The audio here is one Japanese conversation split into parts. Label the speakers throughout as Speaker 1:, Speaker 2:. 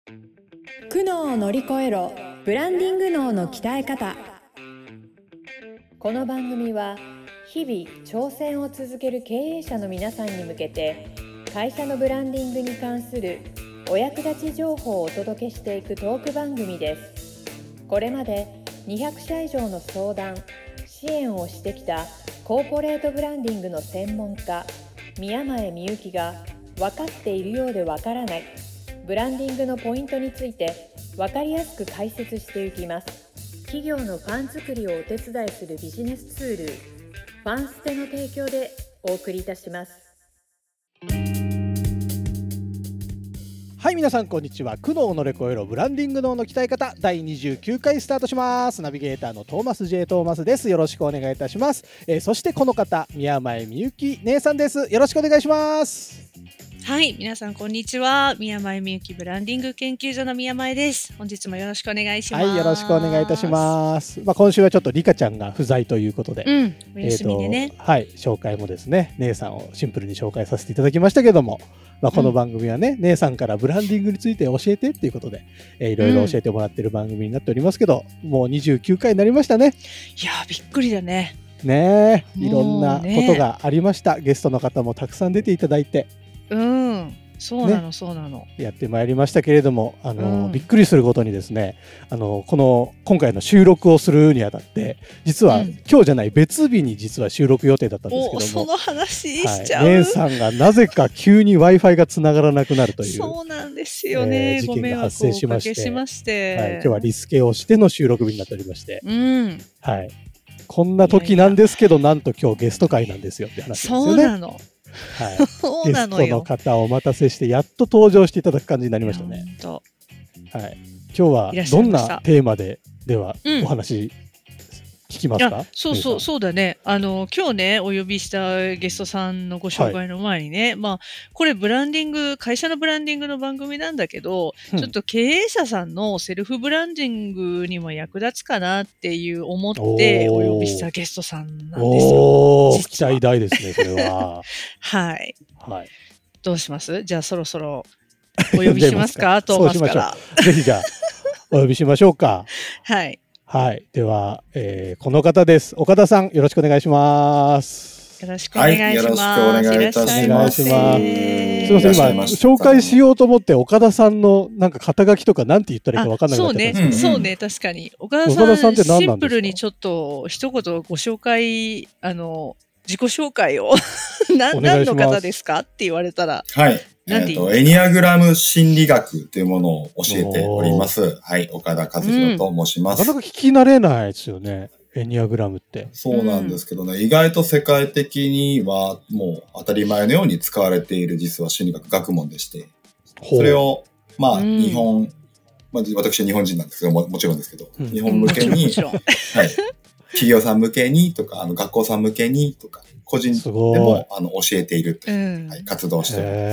Speaker 1: 苦悩を乗り越えろ、ブランディング脳の鍛え方。この番組は日々挑戦を続ける経営者の皆さんに向けて、会社のブランディングに関するお役立ち情報をお届けしていくトーク番組です。これまで200社以上の相談・支援をしてきたコーポレートブランディングの専門家宮前みゆきが、分かっているようで分からないブランディングのポイントについて分かりやすく解説していきます。企業のファン作りをお手伝いするビジネスツール、ファンステの提供でお送りいたします。
Speaker 2: はい、皆さんこんにちは。苦悩を乗り越えろブランディング脳の鍛え方第29回スタートします。ナビゲーターのトーマス J トーマスです。よろしくお願いいたします。そしてこの方、宮前みゆき姉さんです。よろしくお願いします。
Speaker 3: はい、皆さんこんにちは。宮前みゆきブランディング研究所の宮前です。本日もよろしくお願いします。
Speaker 2: はい、よろしくお願いいたします。今週はちょっとリカちゃんが不在ということで、
Speaker 3: お休みでね、
Speaker 2: はい、紹介もですね、姉さんをシンプルに紹介させていただきましたけども、この番組はね、姉さんからブランディングについて教えてっていうことで、いろいろ教えてもらってる番組になっておりますけど、もう29回になりましたね。
Speaker 3: いやー、びっくりだね。
Speaker 2: ねえ、いろんなことがありました。ゲストの方もたくさん出ていただいて、
Speaker 3: そうなの、そうなの。
Speaker 2: やってまいりましたけれども、びっくりすることにですね、今回の収録をするにあたって、実は、今日じゃない別日に実は収録予定だったんですけども、
Speaker 3: その話しちゃう、
Speaker 2: 姉さんがなぜか急に Wi-Fi がつながらなくなるという、
Speaker 3: そうなんですよね、
Speaker 2: 事件が発生しまして、
Speaker 3: ご迷惑をおかけしまして、
Speaker 2: はい、今日はリスケをしての収録日になっておりまして、はい、こんな時なんですけど、なんと今日ゲスト会なんですよって話ですよね。
Speaker 3: そうなの。
Speaker 2: はい、ゲストの方をお待たせしてやっと登場していただく感じになりましたね。はい、今日はどんなテーマではお話聞きますか？
Speaker 3: そうだね。今日ねお呼びしたゲストさんのご紹介の前にね、これ会社のブランディングの番組なんだけど、ちょっと経営者さんのセルフブランディングにも役立つかなっていう思ってお呼びしたゲストさんなんですよ。
Speaker 2: 期待大ですね、それは。
Speaker 3: はい。
Speaker 2: はい。
Speaker 3: どうします？じゃあそろそろお呼びしますか？トーマスから。
Speaker 2: ぜひじゃあお呼びしましょうか。
Speaker 3: はい。
Speaker 2: はい。では、この方です。岡田さん、よろしくお願いします。
Speaker 3: よろしくお願いします。
Speaker 4: はい、よろしくお願いいたします。
Speaker 2: すいません、今、紹介しようと思って、岡田さんのなんか肩書きとかなんて言ったらいいか分かんなくなっちゃったんですけど。
Speaker 3: そうね、確かに。岡田さんって何なんですか？シンプルにちょっと一言ご紹介、自己紹介を何の方ですかって言われたら。
Speaker 4: はい。エニアグラム心理学というものを教えております。はい。岡田和弘と申します。
Speaker 2: なかなか聞き慣れないですよね。エニアグラムって。
Speaker 4: そうなんですけどね、意外と世界的にはもう当たり前のように使われている実は心理学学問でして、それを、日本、私は日本人なんですけどもちろんですけど、日本向けに、はい。企業さん向けにとか、学校さん向けにとか、個人でも教えているという、はい、活動しております。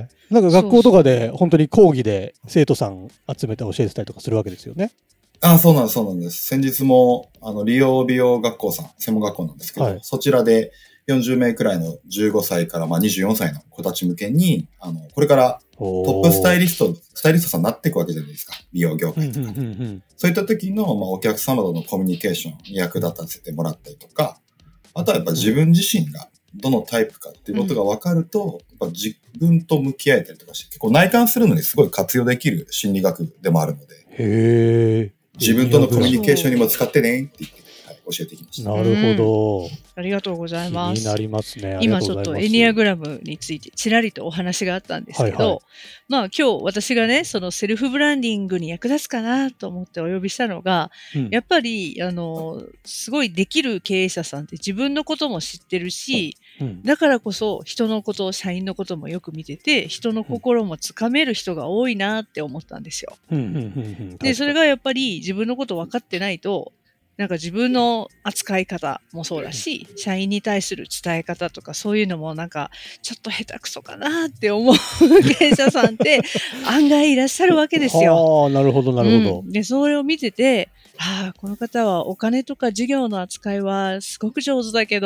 Speaker 2: なんか学校とかで本当に講義で生徒さん集めて教えてたりとかするわけですよね。
Speaker 4: そうなんです。先日も、理容美容学校さん、専門学校なんですけど、そちらで40名くらいの15歳から24歳の子たち向けに、これからトップスタイリストさんになっていくわけじゃないですか。美容業界とか。そういった時の、お客様とのコミュニケーションに役立たせてもらったりとか、あとはやっぱ自分自身がどのタイプかっていうことが分かると、やっぱ自分と向き合えたりとかして、結構内観するのにすごい活用できる心理学でもあるので、自分とのコミュニケーションにも使ってねって言って、教えてきました。
Speaker 2: なるほど。
Speaker 3: ありがとうございます。
Speaker 2: 気になりますね。
Speaker 3: 今ちょっとエニアグラムについてちらりとお話があったんですけど、今日私がね、そのセルフブランディングに役立つかなと思ってお呼びしたのが、やっぱり、すごいできる経営者さんって自分のことも知ってるし、だからこそ人のこと、社員のこともよく見てて、人の心もつかめる人が多いなって思ったんですよ。で、それがやっぱり自分のこと分かってないと、なんか自分の扱い方もそうだし、社員に対する伝え方とかそういうのもなんかちょっと下手くそかなって思う経営者さんって案外いらっしゃるわけですよ。
Speaker 2: なるほどなるほど。
Speaker 3: で、それを見てて、この方はお金とか事業の扱いはすごく上手だけど、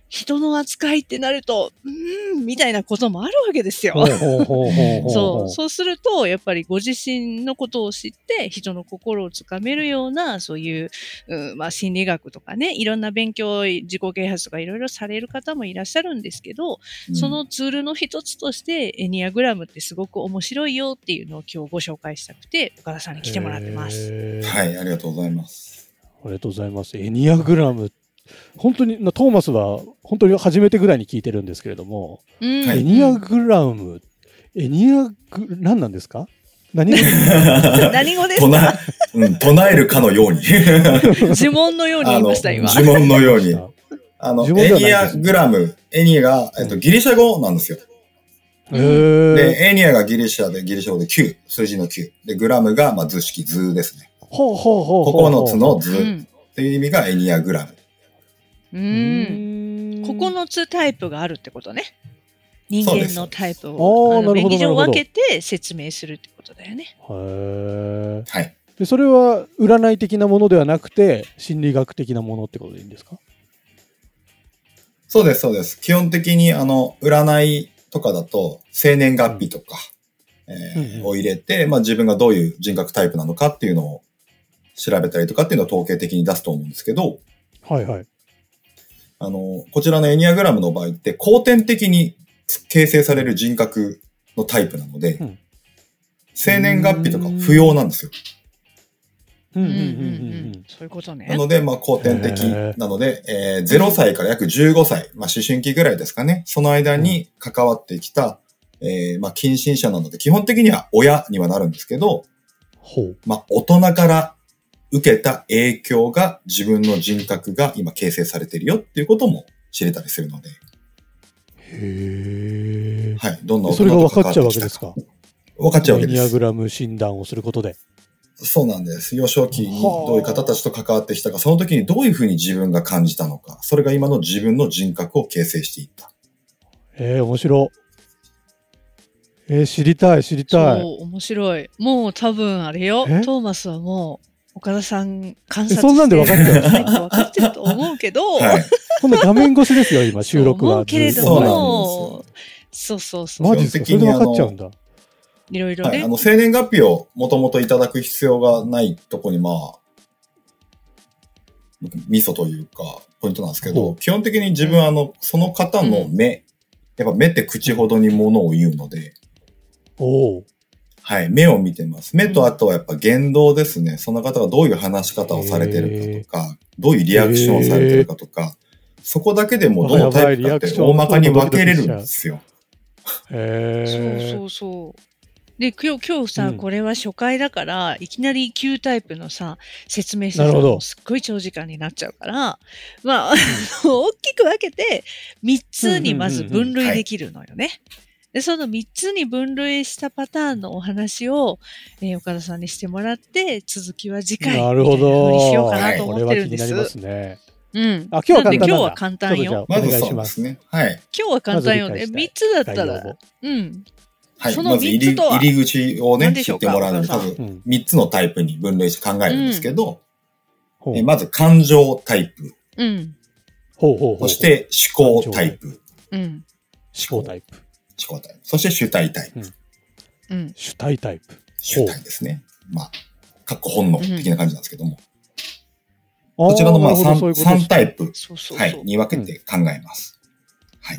Speaker 3: 人の扱いってなると、みたいなこともあるわけですよ。そうすると、やっぱりご自身のことを知って、人の心をつかめるような、そういう、心理学とかね、いろんな勉強、自己啓発とかいろいろされる方もいらっしゃるんですけど、そのツールの一つとして、エニアグラムってすごく面白いよっていうのを今日ご紹介したくて、岡田さんに来てもらってます。
Speaker 4: はい、ありがとうございます。
Speaker 2: ありがとうございます。エニアグラム。本当に、トーマスは本当に初めてぐらいに聞いてるんですけれども、エニアグラム、何なんですか？何語
Speaker 3: ですか？
Speaker 4: 唱えるかのように。
Speaker 3: 呪文のように言いました、今。
Speaker 4: 呪文のように。エニアグラム、エニアが、ギリシャ語なんですよ。で、エニアがギリシャ語で9、数字の9。で、グラムが、図式、図ですね。9つの図っていう意味がエニアグラム。
Speaker 3: 9つタイプがあるってことね。人間のタイプを便宜上分けて説明するってことだよね。
Speaker 2: はい。で、それは占い的なものではなくて心理学的なものってことでいいんですか？
Speaker 4: そうです、そうです。基本的に占いとかだと生年月日とか、を入れて、自分がどういう人格タイプなのかっていうのを調べたりとかっていうのを統計的に出すと思うんですけど、
Speaker 2: はいはい。
Speaker 4: こちらのエニアグラムの場合って後天的に形成される人格のタイプなので、生年月日とか不要なんですよ。
Speaker 3: そういうことね。
Speaker 4: なので、後天的なので、0歳から約15歳、思春期ぐらいですかね。その間に関わってきた、近親者なので、基本的には親にはなるんですけど、大人から受けた影響が自分の人格が今形成されているよっていうことも知れたりするので。
Speaker 2: へー。
Speaker 4: はい。どんな大
Speaker 2: それが分かっちゃうわけですか？
Speaker 4: 分かっちゃうわけです。
Speaker 2: エニアグラム診断をすることで。
Speaker 4: そうなんです。幼少期にどういう方たちと関わってきたか、その時にどういうふうに自分が感じたのか、それが今の自分の人格を形成していった。
Speaker 2: 面白い。知りたい。そう、
Speaker 3: 面白い。もう多分あれよ。トーマスはもう、岡田さん観察して
Speaker 2: そんなんで分かっちゃう。
Speaker 3: 分かってると思うけど、
Speaker 2: こんな画面越しですよ、今、収録は。
Speaker 3: けれども、そう。
Speaker 2: マジですか？それで分かっちゃうんだ。
Speaker 3: いろいろね。
Speaker 4: 生年月日をもともといただく必要がないとこに、ミソというか、ポイントなんですけど、基本的に自分はその方の目、やっぱ目って口ほどにものを言うので、はい、目を見てます。目とあとはやっぱ言動ですね。その方がどういう話し方をされてるかとか、どういうリアクションをされてるかとか、そこだけでもどのタイプかって大まかに分けれるんですよ。
Speaker 3: そう。で、今日さ、これは初回だから、いきなり9タイプのさ、説明するとすっごい長時間になっちゃうから、大きく分けて、3つにまず分類できるのよね。で、その3つに分類したパターンのお話を、岡田さんにしてもらって、続きは次回みたいな風にしようかなと思ってるんです。
Speaker 2: これは気になりますね。
Speaker 3: 今日は簡単よ。
Speaker 2: お願いしますね。
Speaker 4: はい。
Speaker 3: 今日は簡単よね。3つだったら、
Speaker 4: はい。まず入り口をね、知ってもらうのに、多分3つのタイプに分類して考えるんですけど、まず感情タイプ。そして思考タイプ。
Speaker 2: 思考タイプ。
Speaker 4: そして主体タイプ。
Speaker 2: 主体タイプ。
Speaker 4: 主体ですね。かっこ本能的な感じなんですけども。こちらの3タイプ、はい、に分けて考えます。はい。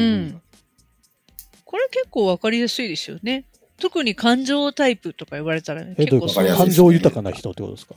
Speaker 3: これ結構わかりやすいですよね。特に感情タイプとか言われたら、結構
Speaker 2: 感情豊かな人ってことですか？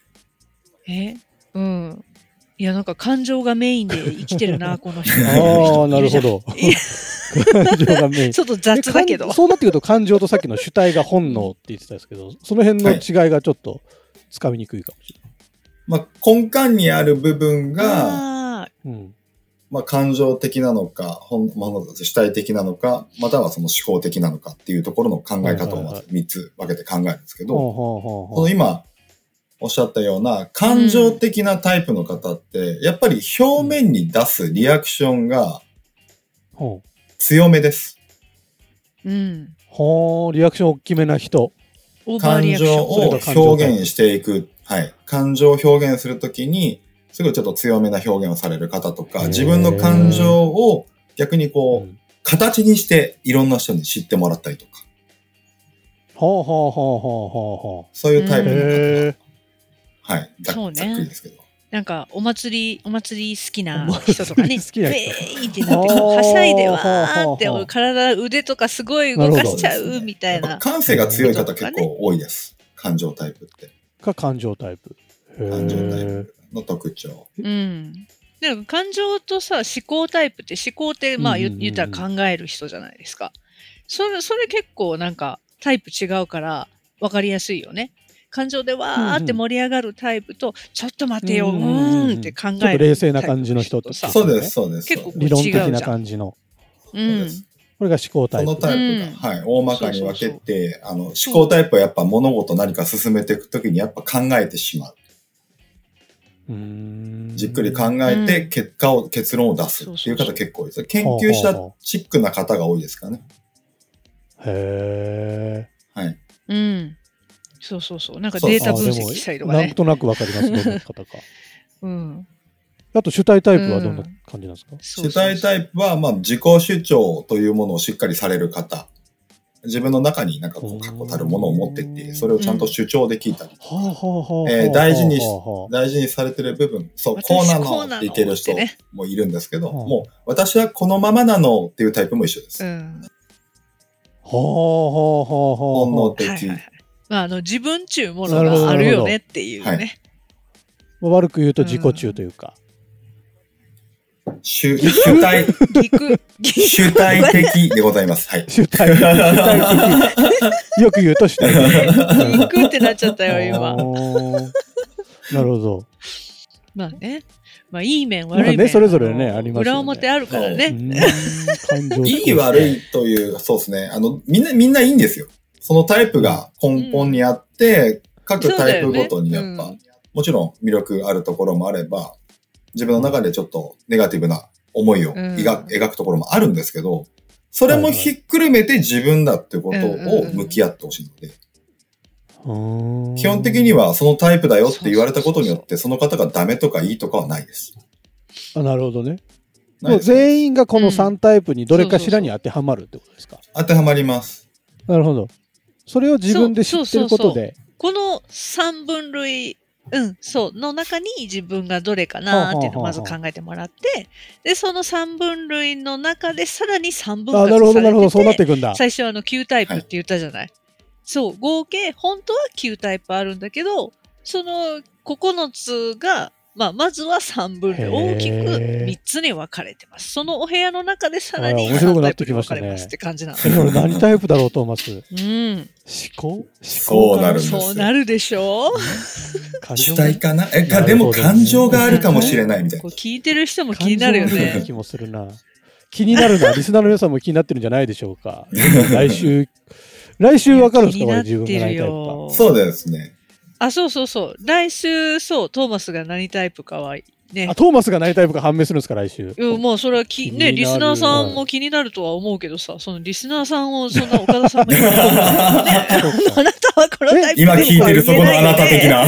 Speaker 3: いや、なんか感情がメインで生きてるな、この人。
Speaker 2: なるほど。感情がメイン。
Speaker 3: ちょっと雑だけど。
Speaker 2: そうなってくると感情とさっきの主体が本能って言ってたんですけど、その辺の違いがちょっとつかみにくいかもしれない。
Speaker 4: 根幹にある部分が、感情的なのか、主体的なのか、またはその思考的なのかっていうところの考え方をまず3つ分けて考えるんですけど、この今おっしゃったような感情的なタイプの方って、やっぱり表面に出すリアクションが強めです。
Speaker 2: リアクション大きめな人。
Speaker 4: 感情を表現していく。はい。感情を表現するときに、 すごいちょっと強めな表現をされる方とか、自分の感情を逆にこう、形にしていろんな人に知ってもらったりとか。
Speaker 2: ほうほうほうほうほうほう。
Speaker 4: そういうタイプの方が、はい、ざっくりですけど。
Speaker 3: なんか、お祭り好きな人とかね、
Speaker 2: 好きな人
Speaker 3: ウェーイってなって、はしゃいでわーって体、腕とかすごい動かしちゃうみたいな。
Speaker 4: 感性が強い方結構多いです。感情タイプって。
Speaker 2: 感情タイプ。
Speaker 4: 感情タイプの特徴。
Speaker 3: うん。なんか感情とさ、思考タイプって思考ってまあ言ったら考える人じゃないですか。それ結構なんかタイプ違うから分かりやすいよね。感情でわーって盛り上がるタイプと、ちょっと待てよ、って考える。
Speaker 2: ちょっと冷静な感じの人とさ。
Speaker 4: そうです、そうです。
Speaker 3: 結構
Speaker 2: 理論的な感じの。
Speaker 3: うん。
Speaker 2: これが思考タイプ。
Speaker 4: そのタイプが、はい、大まかに分けて、思考タイプはやっぱ物事何か進めていくときにやっぱ考えてしまう。じっくり考えて結論を出すっていう方結構多いです。研究したチックな方が多いですからね。
Speaker 2: へー。
Speaker 4: はい。
Speaker 3: うん。そうそうそう。なんかデータ分析したりとかね。
Speaker 2: なんとなくわかります、どの方か。
Speaker 3: うん。
Speaker 2: あと主体タイプはどんな感じなんですか？
Speaker 4: 主体タイプは、まあ自己主張というものをしっかりされる方。自分の中になんかこう確固たるものを持ってって、それをちゃんと主張できたりとか、大事にされてる部分、そう、こうなのって言ってる人もいるんですけど、もう私はこのままなのっていうタイプも一緒です。本能的。
Speaker 3: まあ自分中ものがあるよねっていうね。
Speaker 2: 悪く言うと自己中というか。
Speaker 4: 主体的でございます。はい。
Speaker 2: 主体的。よく言うと主体的。
Speaker 3: ギクってなっちゃったよ、今。
Speaker 2: なるほど。
Speaker 3: まあね。まあいい面悪い面。
Speaker 2: それぞれね、ありますよね。
Speaker 3: 裏表あるからね。
Speaker 4: いい悪いという、そうですね。みんないいんですよ。そのタイプが根本にあって、各タイプごとにやっぱ、もちろん魅力あるところもあれば、自分の中でちょっとネガティブな思いを描くところもあるんですけど、それもひっくるめて自分だってことを向き合ってほしいので、基本的にはそのタイプだよって言われたことによって、その方がダメとかいいとかはないです。
Speaker 2: なるほどね。もう全員がこの3タイプにどれかしらに当てはまるってことですか？
Speaker 4: 当てはまります。
Speaker 2: なるほど。それを自分で知ってることで。
Speaker 3: この3分類、の中に自分がどれかなっていうのをまず考えてもらって、で、その3分類の中でさらに3分割されてて、
Speaker 2: なるほど、なるほど、そうなっていくんだ。
Speaker 3: 最初9タイプって言ったじゃない。そう、合計、本当は9タイプあるんだけど、その9つが、まずは3分類、大きく3つに分かれてます。そのお部屋の中でさらに
Speaker 2: 面白くなってきましたね。
Speaker 3: って感じなの。
Speaker 2: 俺何タイプだろうと思います。思考
Speaker 4: そうなるんです。
Speaker 3: そうなるでしょ
Speaker 4: 主体かなでも感情があるかもしれないみたいな。
Speaker 3: 聞いてる人も気になるよね。
Speaker 2: 気もするな。気になるな。リスナーの皆さんも気になってるんじゃないでしょうか。来週分かるんですか？これ自分が何タイプか。
Speaker 4: そうですね。
Speaker 3: そう。来週、トーマスが何タイプかはね。
Speaker 2: トーマスが何タイプか判明するんですか、来週。
Speaker 3: もうそれはね、リスナーさんも気になるとは思うけどさ、そのリスナーさんを、そんな岡田さんも言わないね。あなたはこのタイプ
Speaker 4: 今聞いてるそこのあなた的な。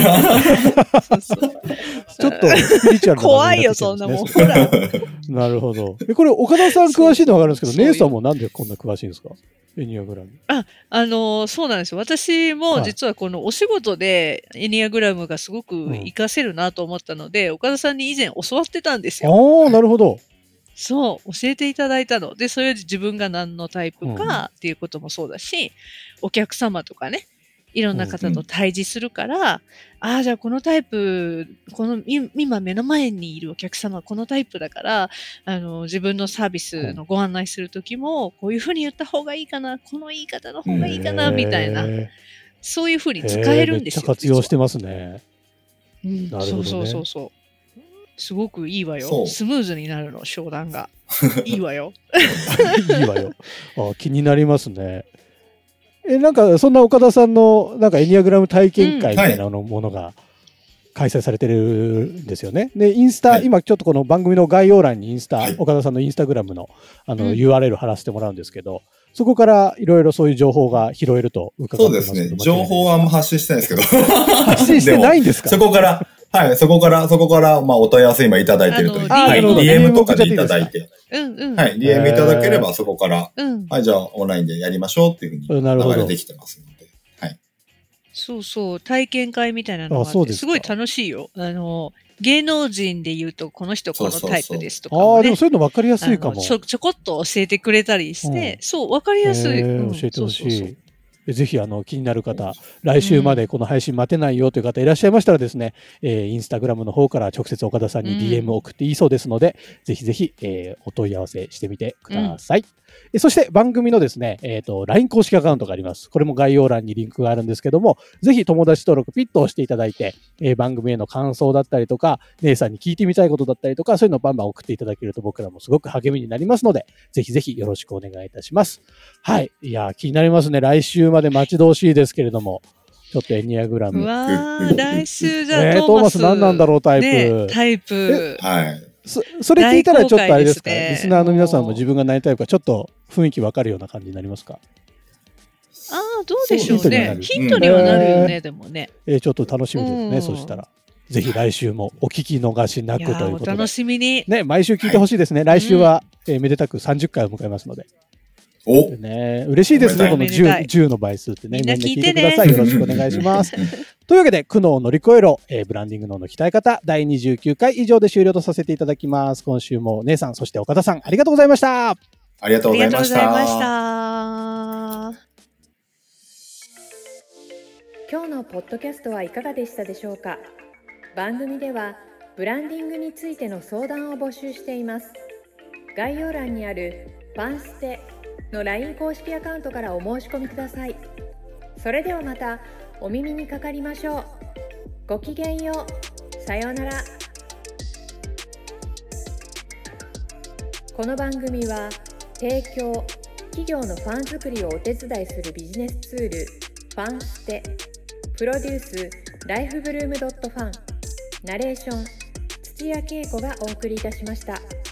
Speaker 2: ちょっとスピリチュアルな。
Speaker 3: 怖いよ、そんなもん。ほら。
Speaker 2: なるほど。これ、岡田さん詳しいのはわかるんですけど、姉さんもなんでこんな詳しいんですか？エニアグラム。
Speaker 3: そうなんですよ。私も実はこのお仕事でエニアグラムがすごく活かせるなと思ったので、岡田さんに以前教わってたんですよ。
Speaker 2: なるほど。
Speaker 3: そう、教えていただいたの。で、それで自分が何のタイプかっていうこともそうだし、お客様とかね、いろんな方と対峙するから、じゃあこのタイプ、今目の前にいるお客様はこのタイプだから、自分のサービスのご案内するときも、こういうふうに言った方がいいかな、この言い方の方がいいかな、みたいな、そういうふうに使えるんですよ。
Speaker 2: めっちゃ活用してますね。
Speaker 3: なるほどね。そう。すごくいいわよ。スムーズになるの、商談が。いいわよ。
Speaker 2: いいわよ。気になりますね。なんかそんな岡田さんのなんかエニアグラム体験会みたいなものが開催されてるんですよね。でインスタ、今ちょっとこの番組の概要欄に岡田さんのインスタグラムのURL 貼らせてもらうんですけど、そこからいろいろそういう情報が拾えると伺ってます。
Speaker 4: そうですね。情報はあんま発信してないですけど。
Speaker 2: 発信してないんですか？
Speaker 4: そこからはい、そこから、まあ、お問い合わせ今いただいてるという。はい、DM とかでいただいて。はい、DM いただければそこから、はい、じゃあオンラインでやりましょうっていうふうに流れできてますので。はい。
Speaker 3: そうそう、体験会みたいなのがあって、すごい楽しいよ。芸能人で言うと、この人このタイプですとかも、ね。
Speaker 2: でもそういうの分かりやすいかも。
Speaker 3: ちょこっと教えてくれたりして、そう、分かりやすい。
Speaker 2: 教えてほしい。ぜひ気になる方、来週までこの配信待てないよという方いらっしゃいましたらですね、インスタグラムの方から直接岡田さんに DM を送っていいそうですので、ぜひぜひ、お問い合わせしてみてください。そして番組のですね、LINE 公式アカウントがあります。これも概要欄にリンクがあるんですけども、ぜひ友達登録ピッと押していただいて、番組への感想だったりとか、姉さんに聞いてみたいことだったりとか、そういうのをバンバン送っていただけると僕らもすごく励みになりますので、ぜひぜひよろしくお願いいたします。はい。いや、気になりますね。来週まで待ち遠しいですけれども、ちょっとエニアグラム。
Speaker 3: うわー、来週じゃあ
Speaker 2: トーマス何なんだろうタイプ。
Speaker 3: ね、タイプ。
Speaker 4: はい。
Speaker 2: それ聞いたらちょっとあれですか、リスナーの皆さんも自分が何タイプかちょっと雰囲気わかるような感じになりますか？
Speaker 3: どうでしょうね。ヒントにはなるよね、でもね。
Speaker 2: ちょっと楽しみですね、そしたら。ぜひ来週もお聞き逃しなくということで。
Speaker 3: お楽しみに。
Speaker 2: ね、毎週聞いてほしいですね。来週は、めでたく30回を迎えますので。ね、嬉しいですね、この 10の倍数ってね。みんな聞いてください。よろしくお願いします。というわけで、苦悩を乗り越えろ、ブランディング脳の鍛え方、第29回以上で終了とさせていただきます。今週も姉さん、そして岡田さん、ありがとうございました。
Speaker 4: ありがとうございました。
Speaker 1: 今日のポッドキャストはいかがでしたでしょうか？番組では、ブランディングについての相談を募集しています。概要欄にあるファンステの LINE 公式アカウントからお申し込みください。それではまたお耳にかかりましょう。ごきげんよう。さようなら。この番組は提供、企業のファン作りをお手伝いするビジネスツールファンステ、プロデュースライフブルームドットファン、ナレーション土屋恵子がお送りいたしました。